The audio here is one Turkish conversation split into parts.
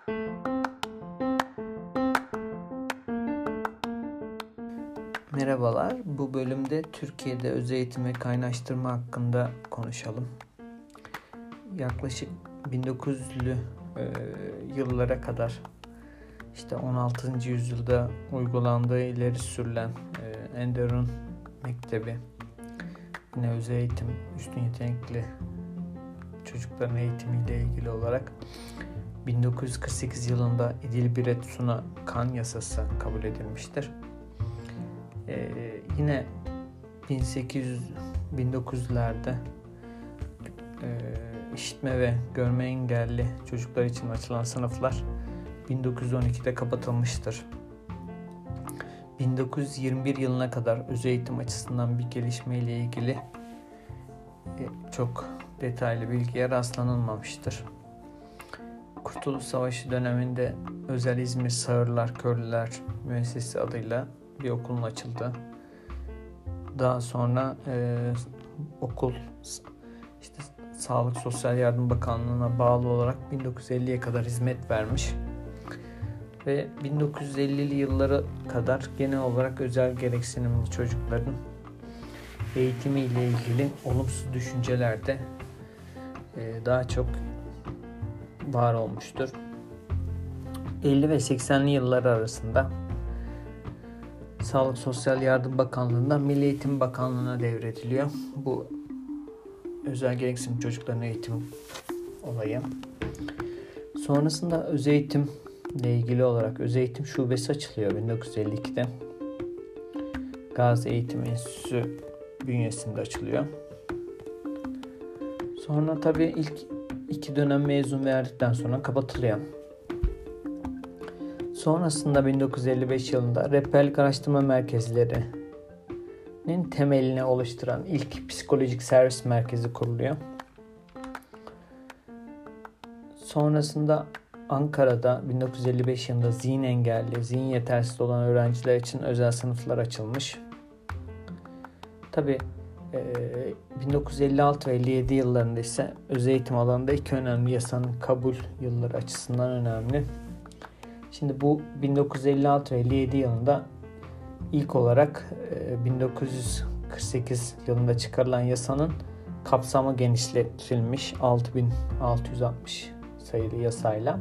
Merhabalar, bu bölümde Türkiye'de özel eğitimi kaynaştırma hakkında konuşalım. Yaklaşık 1900'lü yıllara kadar 16. yüzyılda uygulandığı ileri sürülen Enderun Mektebi, yine özel eğitim, üstün yetenekli çocukların eğitimiyle ilgili olarak 1948 yılında Edilbiret Suna Kan Yasası kabul edilmiştir. Yine 1900'lerde işitme ve görme engelli çocuklar için açılan sınıflar 1912'de kapatılmıştır. 1921 yılına kadar özel eğitim açısından bir gelişme ile ilgili çok detaylı bilgiye rastlanılmamıştır. Kurtuluş Savaşı döneminde Özel İzmir Sağırlar Köylüler Müessesesi adıyla bir okulun açıldı. Daha sonra okul Sağlık Sosyal Yardım Bakanlığı'na bağlı olarak 1950'ye kadar hizmet vermiş ve 1950'li yıllara kadar genel olarak özel gereksinimli çocukların eğitimi ile ilgili olumsuz düşünceler de daha çok var olmuştur. 50 ve 80'li yıllar arasında Sağlık Sosyal Yardım Bakanlığı'ndan Milli Eğitim Bakanlığı'na devrediliyor bu özel gereksinim çocukların eğitimi olayı. Sonrasında özel eğitim ile ilgili olarak özel eğitim şubesi açılıyor 1952'de. Gazi Eğitim Enstitüsü bünyesinde açılıyor. Sonra tabii ilk 2 dönem mezun verdikten sonra kapatılıyor. Sonrasında 1955 yılında Rehberlik Araştırma Merkezleri'nin temelini oluşturan ilk psikolojik servis merkezi kuruluyor. Sonrasında Ankara'da 1955 yılında zihin engelli, zihin yetersiz olan öğrenciler için özel sınıflar açılmış. Tabii 1956 ve 57 yıllarında ise özel eğitim alanında iki önemli yasanın kabul yılları açısından önemli. Şimdi bu 1956 ve 57 yılında ilk olarak 1948 yılında çıkarılan yasanın kapsamı genişletilmiş 6660 sayılı yasayla.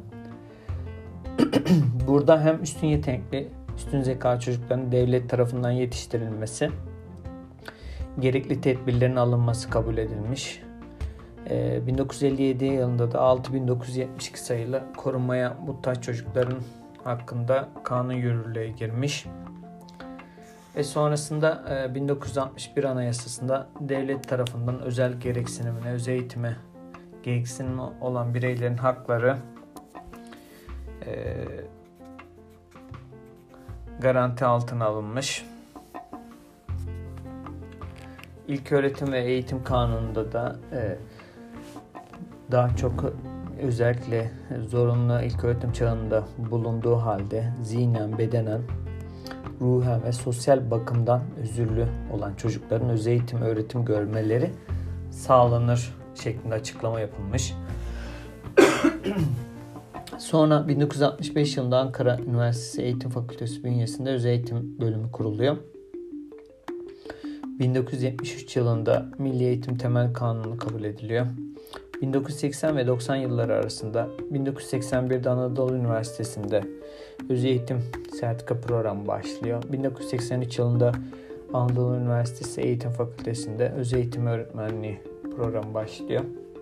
Burada hem üstün yetenekli, üstün zeka çocukların devlet tarafından yetiştirilmesi, gerekli tedbirlerin alınması kabul edilmiş. 1957 yılında da 6972 sayılı korunmaya muhtaç çocukların hakkında kanun yürürlüğe girmiş. Ve sonrasında 1961 Anayasası'nda devlet tarafından özel gereksinimine, özel eğitime gereksinim olan bireylerin hakları garanti altına alınmış. İlköğretim ve Eğitim Kanunu'nda da daha çok özellikle zorunlu ilköğretim çağında bulunduğu halde zihnen, bedenen, ruhen ve sosyal bakımdan özürlü olan çocukların özel eğitim, öğretim görmeleri sağlanır şeklinde açıklama yapılmış. Sonra 1965 yılında Ankara Üniversitesi Eğitim Fakültesi bünyesinde özel eğitim bölümü kuruluyor. 1973 yılında Milli Eğitim Temel Kanunu kabul ediliyor. 1980 ve 90 yılları arasında 1981'de Anadolu Üniversitesi'nde özel eğitim sertifika programı başlıyor. 1983 yılında Anadolu Üniversitesi Eğitim Fakültesi'nde özel eğitim öğretmenliği programı başlıyor.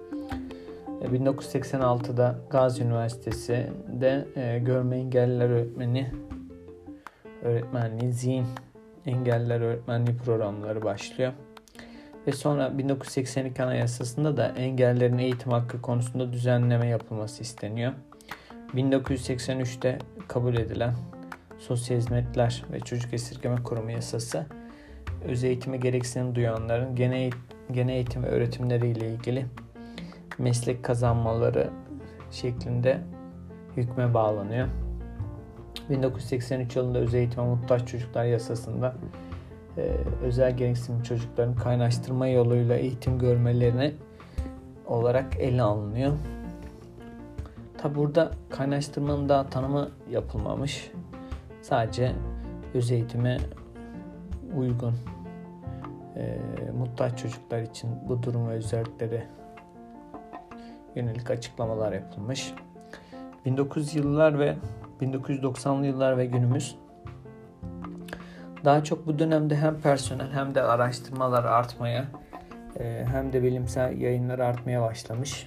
1986'da Gazi Üniversitesi'nde görme engelliler öğretmenliği, zihin engelliler öğretmenliği programları başlıyor. Ve sonra 1982 Anayasası'nda da engellerin eğitim hakkı konusunda düzenleme yapılması isteniyor. 1983'te kabul edilen Sosyal Hizmetler ve Çocuk Esirgeme Kurumu Yasası, özel eğitime gereksinim duyanların gene eğitim ve öğretimleriyle ilgili meslek kazanmaları şeklinde hükme bağlanıyor. 1983 yılında özel eğitime muhtaç çocuklar yasasında özel gereksinim çocukların kaynaştırma yoluyla eğitim görmelerine olarak ele alınıyor. Tabi burada kaynaştırmanın daha tanımı yapılmamış. Sadece öz eğitime uygun, muhtaç çocuklar için bu durum ve özellikleri yönelik açıklamalar yapılmış. 1900'lü yıllar ve 1990'lı yıllar ve günümüz. Daha çok bu dönemde hem personel hem de araştırmalar artmaya, hem de bilimsel yayınlar artmaya başlamış.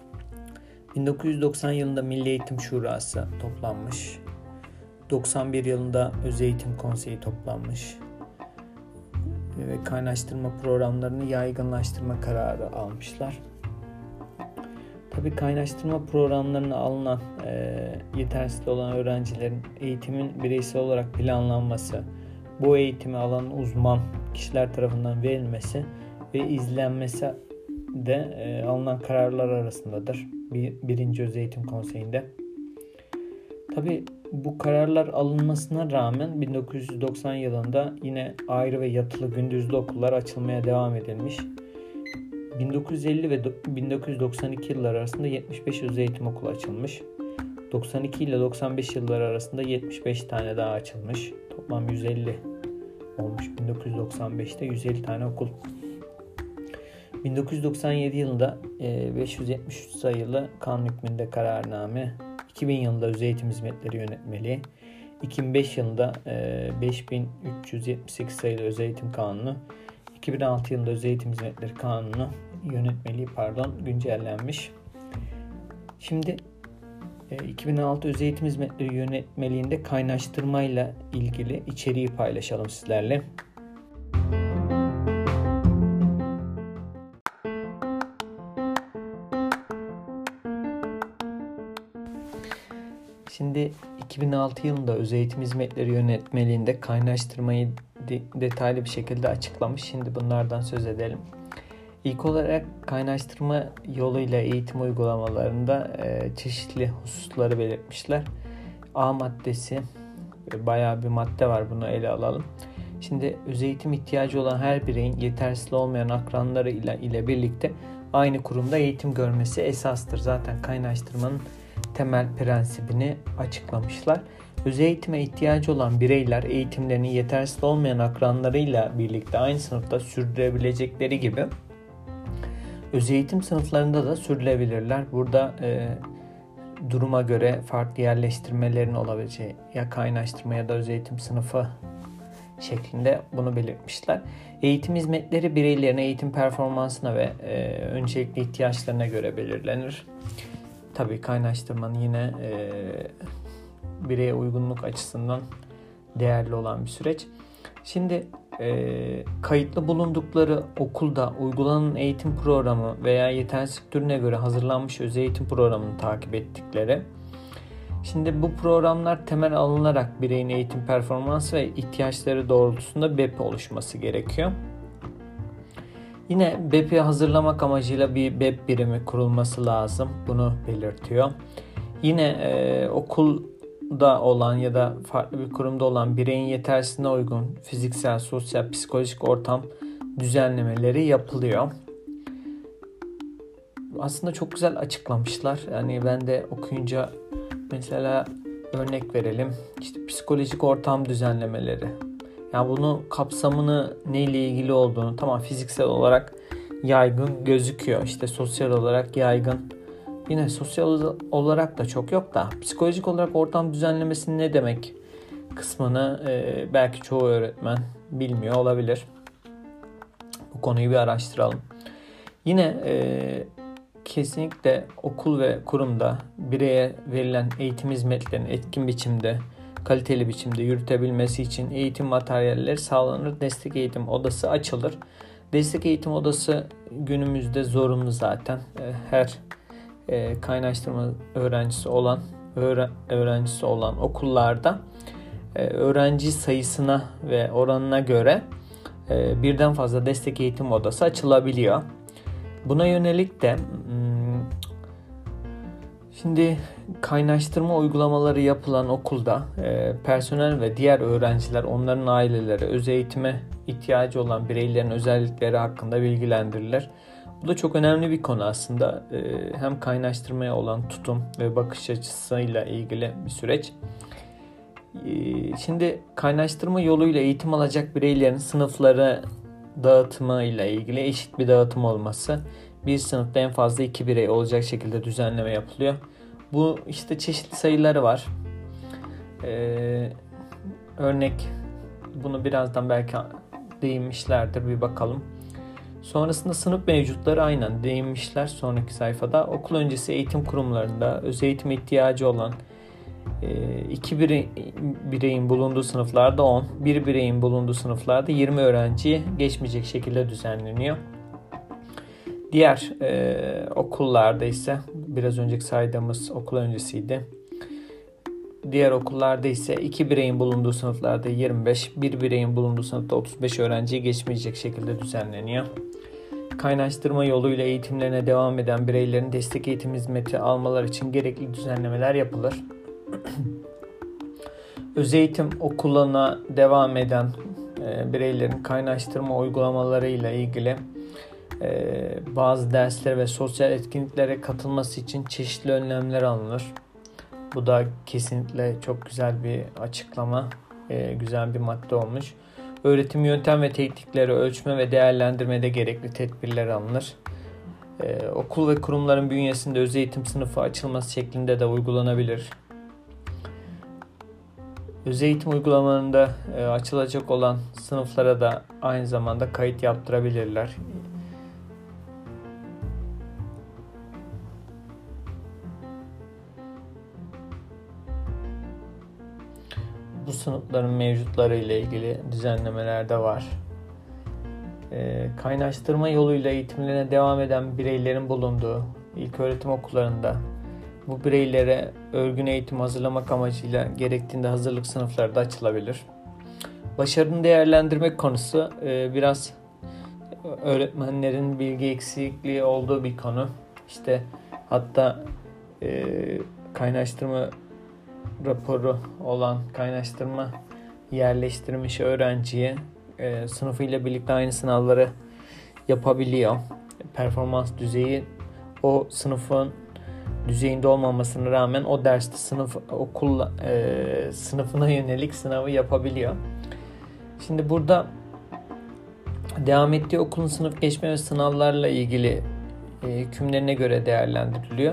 1990 yılında Milli Eğitim Şurası toplanmış. 91 yılında Öz Eğitim Konseyi toplanmış. Ve kaynaştırma programlarını yaygınlaştırma kararı almışlar. Tabii kaynaştırma programlarına alınan yetersiz olan öğrencilerin eğitimin bireysel olarak planlanması, bu eğitimi alan uzman kişiler tarafından verilmesi ve izlenmesi de alınan kararlar arasındadır. Birinci Öz Eğitim Konseyi'nde. Tabii bu kararlar alınmasına rağmen 1990 yılında yine ayrı ve yatılı gündüzlü okullar açılmaya devam edilmiş. 1950 ve 1992 yılları arasında 75 özel eğitim okulu açılmış. 92 ile 95 yılları arasında 75 tane daha açılmış. Toplam 150 olmuş. 1995'te 150 tane okul. 1997 yılında 573 sayılı kanun hükmünde kararname, 2000 yılında Özel Eğitim Hizmetleri Yönetmeliği, 2005 yılında 5378 sayılı Özel Eğitim Kanunu, 2006 yılında Özel Eğitim Hizmetleri Kanunu yönetmeliği güncellenmiş. Şimdi 2006 Özel Eğitim Hizmetleri Yönetmeliğinde kaynaştırmayla ilgili içeriği paylaşalım sizlerle. Şimdi 2006 yılında Özel Eğitim Hizmetleri Yönetmeliğinde kaynaştırmayı detaylı bir şekilde açıklamış. Şimdi bunlardan söz edelim. İlk olarak kaynaştırma yoluyla eğitim uygulamalarında çeşitli hususları belirtmişler. A maddesi, bayağı bir madde var, bunu ele alalım. Şimdi özel eğitim ihtiyacı olan her bireyin yetersiz olmayan akranları ile birlikte aynı kurumda eğitim görmesi esastır. Zaten kaynaştırmanın temel prensibini açıklamışlar. Özel eğitime ihtiyacı olan bireyler eğitimlerini yetersiz olmayan akranlarıyla birlikte aynı sınıfta sürdürebilecekleri gibi özel eğitim sınıflarında da sürdürebilirler. Burada duruma göre farklı yerleştirmelerin olabileceği, ya kaynaştırma ya da özel eğitim sınıfı şeklinde bunu belirtmişler. Eğitim hizmetleri bireylerin eğitim performansına ve öncelikli ihtiyaçlarına göre belirlenir. Tabii kaynaştırmanın yine bireye uygunluk açısından değerli olan bir süreç. Şimdi kayıtlı bulundukları okulda uygulanan eğitim programı veya yetersizlik türüne göre hazırlanmış özel eğitim programını takip ettikleri. Şimdi bu programlar temel alınarak bireyin eğitim performansı ve ihtiyaçları doğrultusunda BEP oluşması gerekiyor. Yine BEP'i hazırlamak amacıyla bir BEP birimi kurulması lazım. Bunu belirtiyor. Yine okulda olan ya da farklı bir kurumda olan bireyin yetersizliğine uygun fiziksel, sosyal, psikolojik ortam düzenlemeleri yapılıyor. Aslında çok güzel açıklamışlar. Yani ben de okuyunca mesela örnek verelim. İşte psikolojik ortam düzenlemeleri. Yani bunun kapsamını neyle ilgili olduğunu, tamam fiziksel olarak yaygın gözüküyor. İşte sosyal olarak yaygın. Yine sosyal olarak da çok yok da psikolojik olarak ortam düzenlemesi ne demek kısmını belki çoğu öğretmen bilmiyor olabilir. Bu konuyu bir araştıralım. Yine kesinlikle okul ve kurumda bireye verilen eğitim hizmetlerini etkin biçimde, kaliteli biçimde yürütebilmesi için eğitim materyalleri sağlanır. Destek eğitim odası açılır. Destek eğitim odası günümüzde zorunlu zaten. Her kaynaştırma öğrencisi olan okullarda öğrenci sayısına ve oranına göre birden fazla destek eğitim odası açılabiliyor. Buna yönelik de şimdi kaynaştırma uygulamaları yapılan okulda personel ve diğer öğrenciler, onların aileleri, özel eğitime ihtiyacı olan bireylerin özellikleri hakkında bilgilendirilir. Bu da çok önemli bir konu aslında. Hem kaynaştırmaya olan tutum ve bakış açısıyla ilgili bir süreç. Şimdi kaynaştırma yoluyla eğitim alacak bireylerin sınıfları dağıtımı ile ilgili eşit bir dağıtım olması. Bir sınıfta en fazla 2 birey olacak şekilde düzenleme yapılıyor. Bu işte çeşitli sayıları var. Örnek, bunu birazdan belki değinmişlerdir, bir bakalım. Sonrasında sınıf mevcutları aynen değinmişler sonraki sayfada. Okul öncesi eğitim kurumlarında özel eğitim ihtiyacı olan 2 bireyin bulunduğu sınıflarda 10, 1 bireyin bulunduğu sınıflarda 20 öğrenciyi geçmeyecek şekilde düzenleniyor. Diğer okullarda ise biraz önceki saydığımız okul öncesiydi. Diğer okullarda ise 2 bireyin bulunduğu sınıflarda 25, 1 bireyin bulunduğu sınıfta 35 öğrenciyi geçmeyecek şekilde düzenleniyor. Kaynaştırma yoluyla eğitimlerine devam eden bireylerin destek eğitim hizmeti almaları için gerekli düzenlemeler yapılır. Özel eğitim okuluna devam eden bireylerin kaynaştırma uygulamalarıyla ilgili bazı derslere ve sosyal etkinliklere katılması için çeşitli önlemler alınır. Bu da kesinlikle çok güzel bir açıklama, güzel bir madde olmuş. Öğretim yöntem ve teknikleri ölçme ve değerlendirmede gerekli tedbirler alınır. Okul ve kurumların bünyesinde özel eğitim sınıfı açılması şeklinde de uygulanabilir. Özel eğitim uygulamalarında açılacak olan sınıflara da aynı zamanda kayıt yaptırabilirler. Bu sınıfların mevcutları ile ilgili düzenlemeler de var. Kaynaştırma yoluyla eğitimlerine devam eden bireylerin bulunduğu ilköğretim okullarında bu bireylere örgün eğitim hazırlamak amacıyla gerektiğinde hazırlık sınıfları da açılabilir. Başarını değerlendirmek konusu biraz öğretmenlerin bilgi eksikliği olduğu bir konu. İşte hatta kaynaştırma raporu olan kaynaştırma yerleştirmiş öğrenciye sınıfıyla birlikte aynı sınavları yapabiliyor. Performans düzeyi o sınıfın düzeyinde olmamasına rağmen o derste sınıfına yönelik sınavı yapabiliyor. Şimdi burada devam ettiği okulun sınıf geçme ve sınavlarla ilgili hükümlerine göre değerlendiriliyor.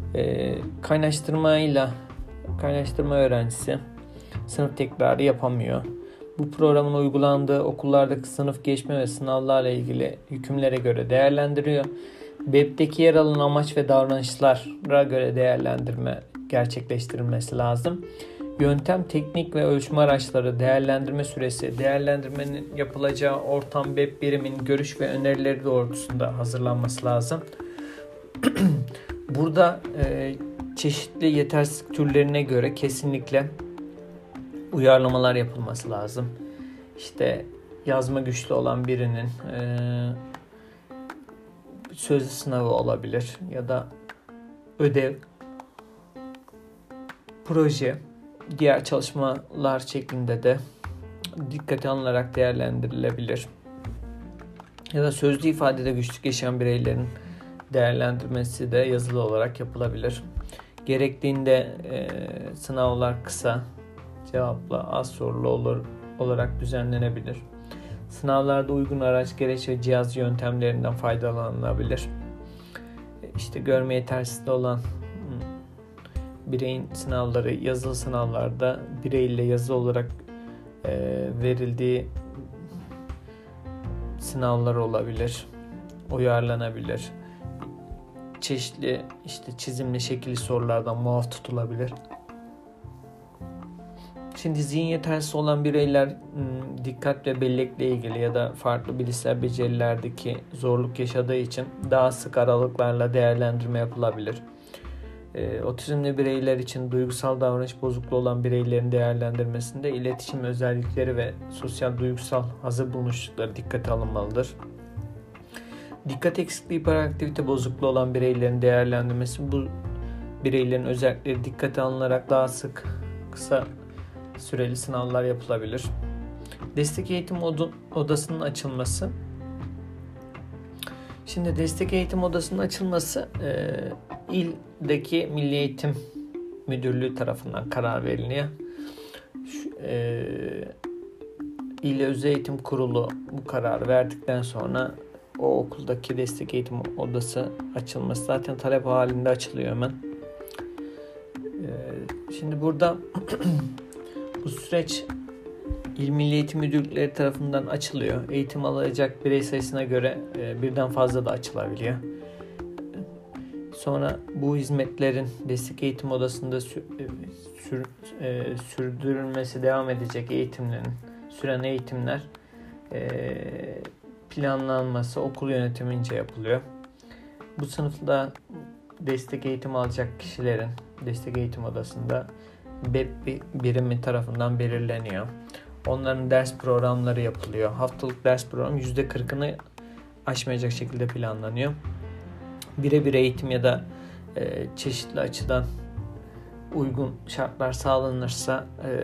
Kaynaştırma öğrencisi sınıf tekrarı yapamıyor. Bu programın uygulandığı okullardaki sınıf geçme ve sınavlarla ilgili hükümlere göre değerlendiriyor. BEP'teki yer alan amaç ve davranışlara göre değerlendirme gerçekleştirilmesi lazım. Yöntem, teknik ve ölçme araçları, değerlendirme süresi, değerlendirmenin yapılacağı ortam, BEP birimin görüş ve önerileri doğrultusunda hazırlanması lazım. Burada çeşitli yetersizlik türlerine göre kesinlikle uyarlamalar yapılması lazım. İşte yazma güçlü olan birinin sözlü sınavı olabilir ya da ödev, proje, diğer çalışmalar şeklinde de dikkate alınarak değerlendirilebilir. Ya da sözlü ifadede güçlük yaşayan bireylerin değerlendirmesi de yazılı olarak yapılabilir. Gerektiğinde sınavlar kısa, cevaplı, az sorulu olarak düzenlenebilir. Sınavlarda uygun araç, gereç ve cihaz yöntemlerinden faydalanılabilir. İşte görme yetersizliği olan bireyin sınavları, yazılı sınavlarda bireyle yazılı olarak verildiği sınavlar olabilir, uyarlanabilir. Çeşitli işte çizimli, şekilli sorulardan muaf tutulabilir. Şimdi zihin yetersiz olan bireyler dikkat ve bellekle ilgili ya da farklı bilişsel becerilerdeki zorluk yaşadığı için daha sık aralıklarla değerlendirme yapılabilir. Otizmli bireyler için duygusal davranış bozukluğu olan bireylerin değerlendirmesinde iletişim özellikleri ve sosyal duygusal hazır bulmuşlukları dikkate alınmalıdır. Dikkat eksikliği, hiperaktivite bozukluğu olan bireylerin değerlendirmesi, bu bireylerin özellikleri dikkate alınarak daha sık kısa süreli sınavlar yapılabilir. Destek eğitim odasının açılması. Şimdi destek eğitim odasının açılması ildeki Milli Eğitim Müdürlüğü tarafından karar veriliyor. İl Özel Eğitim Kurulu bu kararı verdikten sonra o okuldaki destek eğitim odası açılması zaten talep halinde açılıyor hemen. Şimdi burada bu süreç İl Milli Eğitim Müdürlükleri tarafından açılıyor. Eğitim alacak birey sayısına göre birden fazla da açılabiliyor. Sonra bu hizmetlerin destek eğitim odasında sürdürülmesi devam edecek süren eğitimler planlanması okul yönetimince yapılıyor. Bu sınıfta destek eğitim alacak kişilerin destek eğitim odasında birimi tarafından belirleniyor. Onların ders programları yapılıyor. Haftalık ders programı %40'ını aşmayacak şekilde planlanıyor. Birebir eğitim ya da çeşitli açıdan uygun şartlar sağlanırsa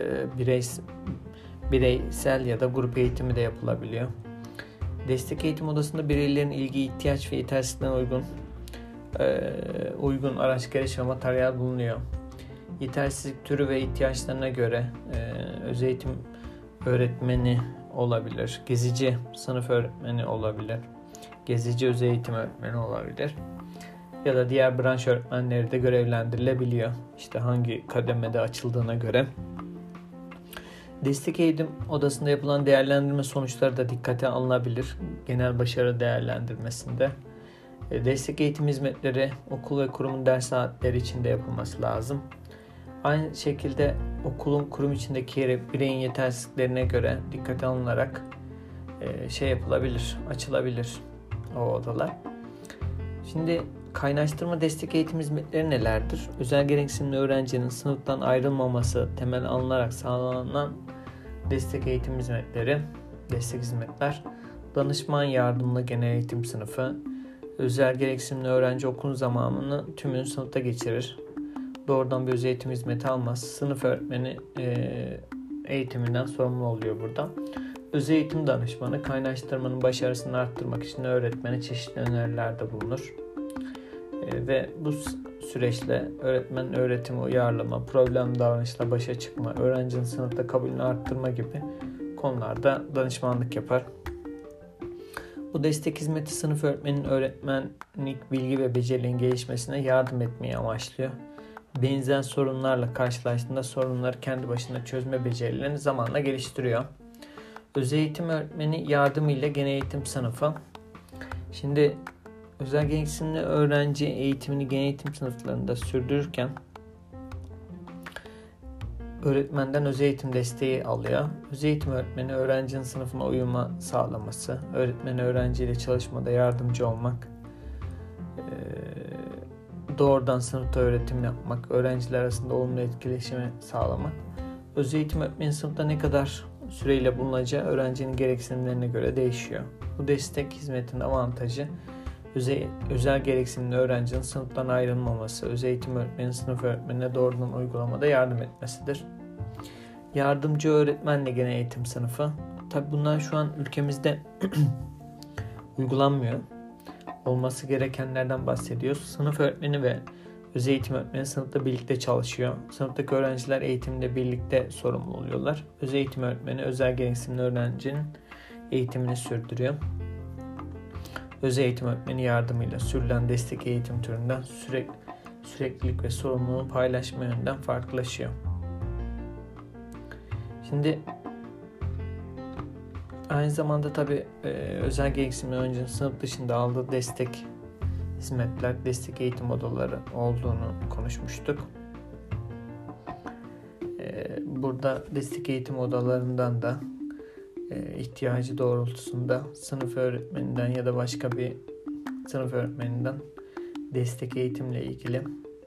bireysel ya da grup eğitimi de yapılabiliyor. Destek eğitim odasında bireylerin ilgi, ihtiyaç ve yetersizliklerine uygun araç, gereç ve materyal bulunuyor. Yetersizlik türü ve ihtiyaçlarına göre özel eğitim öğretmeni olabilir, gezici sınıf öğretmeni olabilir, gezici özel eğitim öğretmeni olabilir ya da diğer branş öğretmenleri de görevlendirilebiliyor. İşte hangi kademede açıldığına göre. Destek eğitim odasında yapılan değerlendirme sonuçları da dikkate alınabilir genel başarı değerlendirmesinde. Destek eğitim hizmetleri okul ve kurumun ders saatleri içinde yapılması lazım. Aynı şekilde kurum içindeki yeri bireyin yetersizliklerine göre dikkate alınarak açılabilir o odalar. Şimdi kaynaştırma destek eğitim hizmetleri nelerdir? Özel gereksinimli öğrencinin sınıftan ayrılmaması temel alınarak sağlanan destek eğitim hizmetleri, destek hizmetler, danışman yardımlı genel eğitim sınıfı, özel gereksinimli öğrenci okulun zamanını tümünü sınıfta geçirir. Doğrudan bir özel eğitim hizmeti almaz. Sınıf öğretmeni eğitiminden sorumlu oluyor burada. Özel eğitim danışmanı kaynaştırmanın başarısını arttırmak için öğretmene çeşitli önerilerde bulunur. Ve bu süreçle öğretmen öğretimi uyarlama, problem davranışla başa çıkma, öğrencinin sınıfta kabulünü arttırma gibi konularda danışmanlık yapar. Bu destek hizmeti sınıf öğretmeninin öğretmenlik bilgi ve becerilerin gelişmesine yardım etmeyi amaçlıyor. Benzer sorunlarla karşılaştığında sorunları kendi başına çözme becerilerini zamanla geliştiriyor. Özel eğitim öğretmeni yardımıyla genel eğitim sınıfı. Şimdi özel gereksinimli öğrenci eğitimini genel eğitim sınıflarında sürdürürken öğretmenden özel eğitim desteği alıyor. Özel eğitim öğretmeni öğrencinin sınıfına uyuma sağlaması, öğretmeni öğrenciyle çalışmada yardımcı olmak, doğrudan sınıfta öğretim yapmak, öğrenciler arasında olumlu etkileşimi sağlamak. Özel eğitim öğretmeni sınıfta ne kadar süreyle bulunacağı öğrencinin gereksinimlerine göre değişiyor. Bu destek hizmetinin avantajı özel gereksinimli öğrencinin sınıftan ayrılmaması, özel eğitim öğretmeninin sınıf öğretmenine doğrudan uygulamada yardım etmesidir. Yardımcı öğretmenle genel eğitim sınıfı. Tabi bunlar şu an ülkemizde uygulanmıyor. Olması gerekenlerden bahsediyoruz. Sınıf öğretmeni ve özel eğitim öğretmeni sınıfta birlikte çalışıyor. Sınıftaki öğrenciler eğitimde birlikte sorumlu oluyorlar. Özel eğitim öğretmeni özel gereksinimli öğrencinin eğitimini sürdürüyor. Özel eğitim öğretmeni yardımıyla sürülen destek eğitim türünden süreklilik ve sorumluluğu paylaşma yönünden farklılaşıyor. Şimdi aynı zamanda tabii özel gereksinimli öğrencinin sınıf dışında aldığı destek hizmetler, destek eğitim odaları olduğunu konuşmuştuk. Burada destek eğitim odalarından da ihtiyacı doğrultusunda sınıf öğretmeninden ya da başka bir sınıf öğretmeninden destek eğitimle ilgili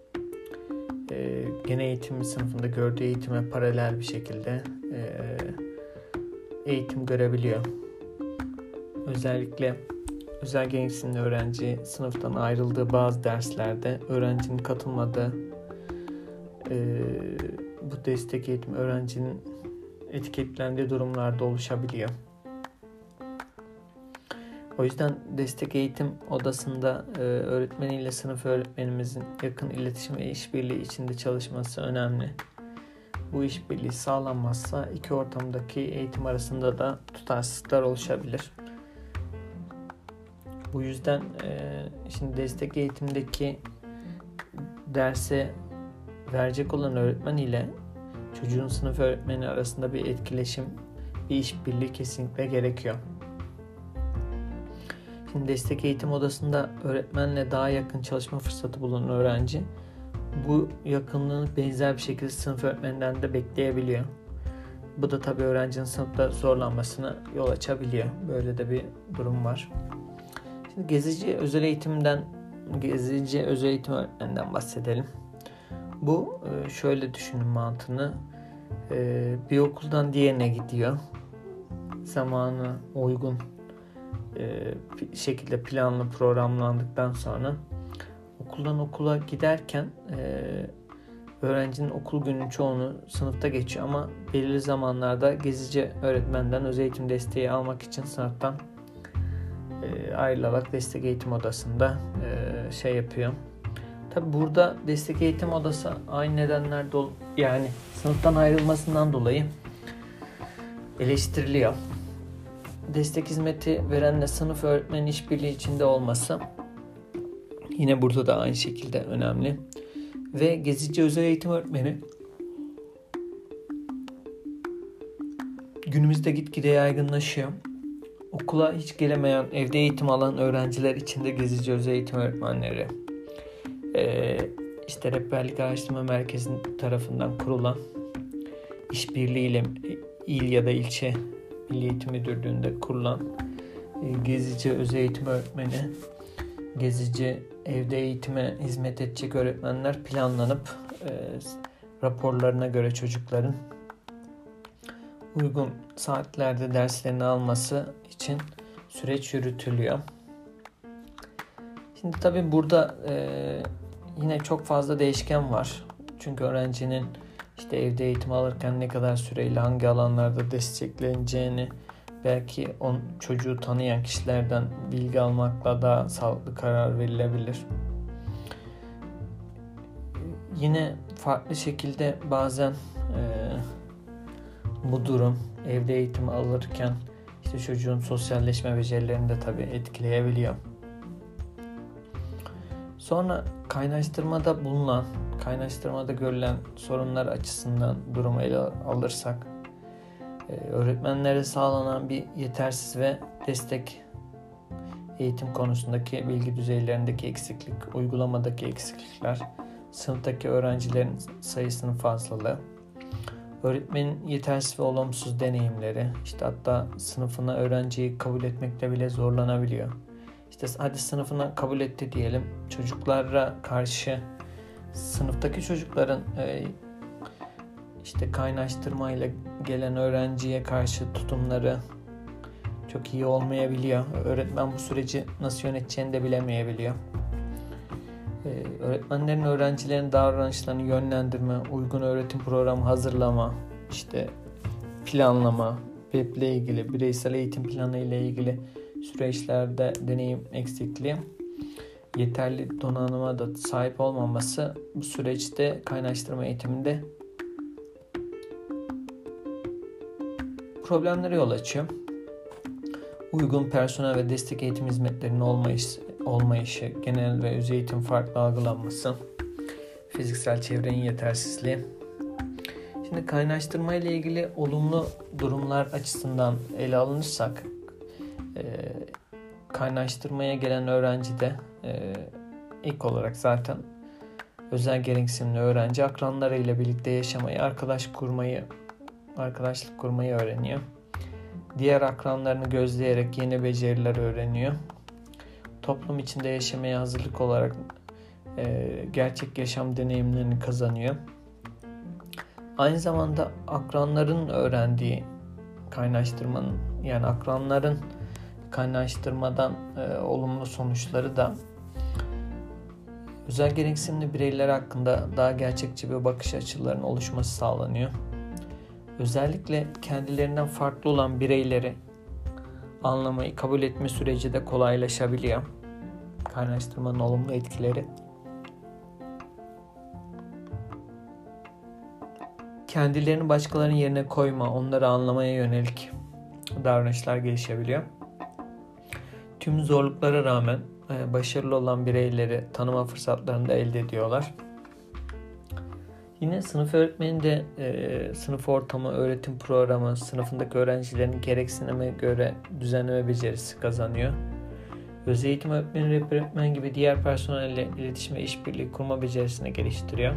genel eğitim sınıfında gördüğü eğitime paralel bir şekilde eğitim görebiliyor. Özellikle özel gereksinimli öğrenci sınıftan ayrıldığı bazı derslerde öğrencinin katılmadığı bu destek eğitim öğrencinin etiketlendiği durumlarda oluşabiliyor. O yüzden destek eğitim odasında öğretmeniyle sınıf öğretmenimizin yakın iletişim ve işbirliği içinde çalışması önemli. Bu işbirliği sağlanmazsa iki ortamdaki eğitim arasında da tutarsızlıklar oluşabilir. Bu yüzden şimdi destek eğitimdeki derse verecek olan öğretmen ile çocuğun sınıf öğretmeni arasında bir etkileşim, bir işbirliği kesinlikle gerekiyor. Şimdi destek eğitim odasında öğretmenle daha yakın çalışma fırsatı bulan öğrenci bu yakınlığını benzer bir şekilde sınıf öğretmeninden de bekleyebiliyor. Bu da tabii öğrencinin sınıfta zorlanmasına yol açabiliyor. Böyle de bir durum var. Şimdi gezici özel eğitim öğretmeninden bahsedelim. Bu şöyle düşünün mantığını. Bir okuldan diğerine gidiyor. Zamanı uygun şekilde planlı programlandıktan sonra okuldan okula giderken öğrencinin okul gününün çoğunu sınıfta geçiyor ama belirli zamanlarda gezici öğretmenden özel eğitim desteği almak için sınıftan ayrılarak destek eğitim odasında yapıyor. Tabi burada destek eğitim odası aynı nedenler yani sınıftan ayrılmasından dolayı eleştiriliyor. Destek hizmeti verenle sınıf öğretmeni işbirliği içinde olması yine burada da aynı şekilde önemli. Ve gezici özel eğitim öğretmeni günümüzde gitgide yaygınlaşıyor. Okula hiç gelemeyen, evde eğitim alan öğrenciler için de gezici özel eğitim öğretmenleri Rehberlik Araştırma Merkezi tarafından kurulan işbirliğiyle il ya da ilçe Milli Eğitim Müdürlüğü'nde kurulan gezici özel eğitim öğretmeni, gezici evde eğitime hizmet edecek öğretmenler planlanıp raporlarına göre çocukların uygun saatlerde derslerini alması için süreç yürütülüyor. Şimdi tabii burada yine çok fazla değişken var. Çünkü öğrencinin evde eğitim alırken ne kadar süreyle hangi alanlarda destekleneceğini belki çocuğu tanıyan kişilerden bilgi almakla daha sağlıklı karar verilebilir. Yine farklı şekilde bazen bu durum evde eğitim alırken çocuğun sosyalleşme becerilerini de tabii etkileyebiliyor. Sonra kaynaştırmada görülen sorunlar açısından durumu ele alırsak öğretmenlere sağlanan bir yetersiz ve destek eğitim konusundaki bilgi düzeylerindeki eksiklik, uygulamadaki eksiklikler, sınıftaki öğrencilerin sayısının fazlalığı, öğretmenin yetersiz ve olumsuz deneyimleri, hatta sınıfına öğrenciyi kabul etmekte bile zorlanabiliyor. Hadi sınıfına kabul etti diyelim. Çocuklara karşı sınıftaki çocukların kaynaştırmayla gelen öğrenciye karşı tutumları çok iyi olmayabiliyor. Öğretmen bu süreci nasıl yöneteceğini de bilemeyebiliyor. Öğretmenlerin öğrencilerin davranışlarını yönlendirme, uygun öğretim programı hazırlama, planlama, BEP ile ilgili, bireysel eğitim planı ile ilgili süreçlerde deneyim eksikliği, yeterli donanıma da sahip olmaması bu süreçte kaynaştırma eğitiminde problemlere yol açıyor. Uygun personel ve destek eğitim hizmetlerinin olmayışı, genel ve özel eğitim farklı algılanması, fiziksel çevrenin yetersizliği. Şimdi kaynaştırma ile ilgili olumlu durumlar açısından ele alınırsak, kaynaştırmaya gelen öğrenci de ilk olarak zaten özel gereksinimli öğrenci akranlarıyla birlikte yaşamayı, arkadaşlık kurmayı öğreniyor. Diğer akranlarını gözleyerek yeni beceriler öğreniyor. Toplum içinde yaşamaya hazırlık olarak gerçek yaşam deneyimlerini kazanıyor. Aynı zamanda akranların öğrendiği akranların kaynaştırmadan olumlu sonuçları da özel gereksinimli bireyler hakkında daha gerçekçi bir bakış açılarının oluşması sağlanıyor. Özellikle kendilerinden farklı olan bireyleri anlamayı, kabul etme süreci de kolaylaşabiliyor. Kaynaştırmanın olumlu etkileri. Kendilerini başkalarının yerine koyma, onları anlamaya yönelik davranışlar gelişebiliyor. Tüm zorluklara rağmen başarılı olan bireyleri tanıma fırsatlarını da elde ediyorlar. Yine sınıf öğretmeni de sınıf ortamı, öğretim programı, sınıfındaki öğrencilerin gereksinime göre düzenleme becerisi kazanıyor. Öz eğitim öğretmeni, rehber öğretmen gibi diğer personelle iletişim ve işbirliği kurma becerisini geliştiriyor.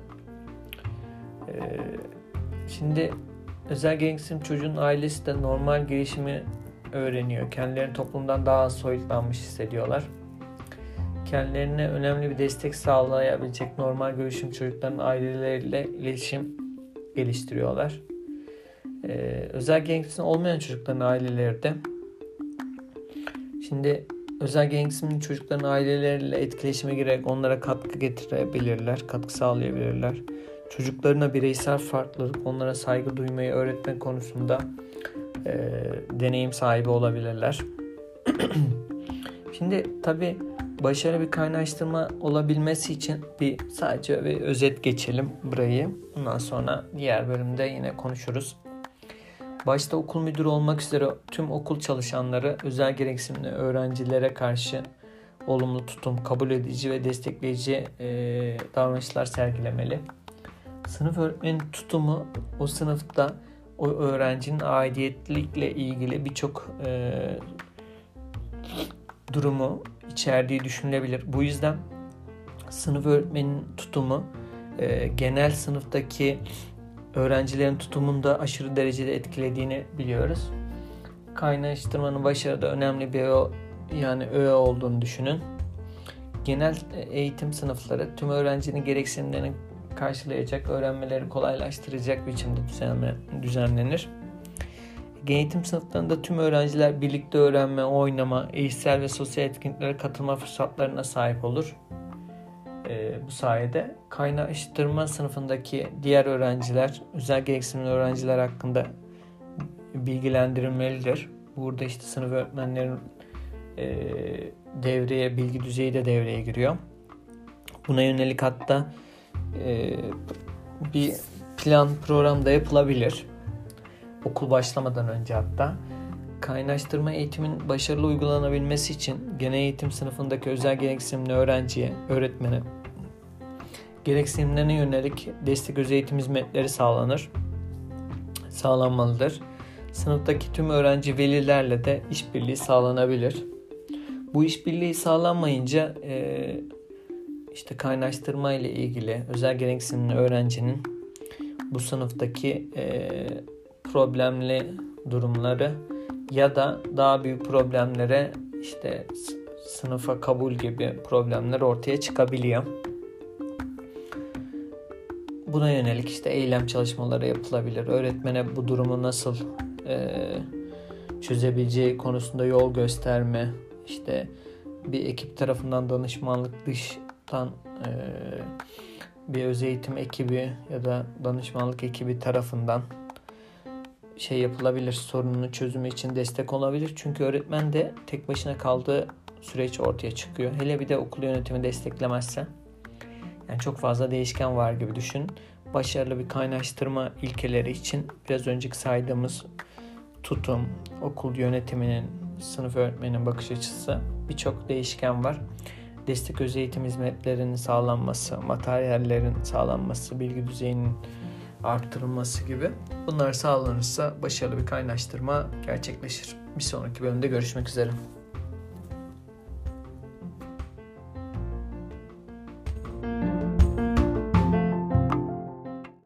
Şimdi özel gereksinim çocuğun ailesi de normal gelişimi öğreniyor. Kendilerini toplumdan daha az soyutlanmış hissediyorlar. Kendilerine önemli bir destek sağlayabilecek normal gelişim çocukların aileleriyle iletişim geliştiriyorlar. Özel gereksinim olmayan çocukların aileleri de şimdi özel gereksinimli çocukların aileleriyle etkileşime girerek onlara katkı getirebilirler, katkı sağlayabilirler. Çocuklarına bireysel farklılık, onlara saygı duymayı öğretme konusunda deneyim sahibi olabilirler. Şimdi tabii başarılı bir kaynaştırma olabilmesi için sadece bir özet geçelim burayı. Bundan sonra diğer bölümde yine konuşuruz. Başta okul müdürü olmak üzere tüm okul çalışanları özel gereksinimli öğrencilere karşı olumlu tutum, kabul edici ve destekleyici davranışlar sergilemeli. Sınıf öğretmenin tutumu o sınıfta o öğrencinin aidiyetlikle ilgili birçok durumu içerdiği düşünülebilir. Bu yüzden sınıf öğretmeninin tutumu genel sınıftaki öğrencilerin tutumunda aşırı derecede etkilediğini biliyoruz. Kaynaştırmanın başarıda önemli bir öğe olduğunu düşünün. Genel eğitim sınıfları tüm öğrencinin gereksinimlerini karşılayacak, öğrenmeleri kolaylaştıracak biçimde düzenlenir. Eğitim sınıflarında tüm öğrenciler birlikte öğrenme, oynama, eğitsel ve sosyal etkinliklere katılma fırsatlarına sahip olur. Bu sayede kaynaştırma sınıfındaki diğer öğrenciler, özel gereksinimli öğrenciler hakkında bilgilendirilmelidir. Burada işte sınıf öğretmenlerin bilgi düzeyi de devreye giriyor. Buna yönelik hatta bir program da yapılabilir. Okul başlamadan önce hatta. Kaynaştırma eğitimin başarılı uygulanabilmesi için genel eğitim sınıfındaki özel gereksinimli öğretmene gereksinimlerine yönelik destek özel eğitim hizmetleri sağlanmalıdır. Sınıftaki tüm öğrenci velilerle de işbirliği sağlanabilir. Bu işbirliği sağlanmayınca işte kaynaştırma ile ilgili özel gereksinimli öğrencinin bu sınıftaki problemli durumları ya da daha büyük problemlere işte sınıfa kabul gibi problemler ortaya çıkabiliyor. Buna yönelik işte eylem çalışmaları yapılabilir. Öğretmene bu durumu nasıl çözebileceği konusunda yol gösterme, işte bir ekip tarafından danışmanlık, dıştan bir öz eğitim ekibi ya da danışmanlık ekibi tarafından yapılabilir, sorunun çözümü için destek olabilir. Çünkü öğretmen de tek başına kaldığı süreç ortaya çıkıyor. Hele bir de okul yönetimi desteklemezse, yani çok fazla değişken var gibi düşün. Başarılı bir kaynaştırma ilkeleri için biraz önceki saydığımız tutum, okul yönetiminin, sınıf öğretmeninin bakış açısı, birçok değişken var. Destek öz eğitim hizmetlerinin sağlanması, materyallerin sağlanması, bilgi düzeyinin arttırılması gibi. Bunlar sağlanırsa başarılı bir kaynaştırma gerçekleşir. Bir sonraki bölümde görüşmek üzere.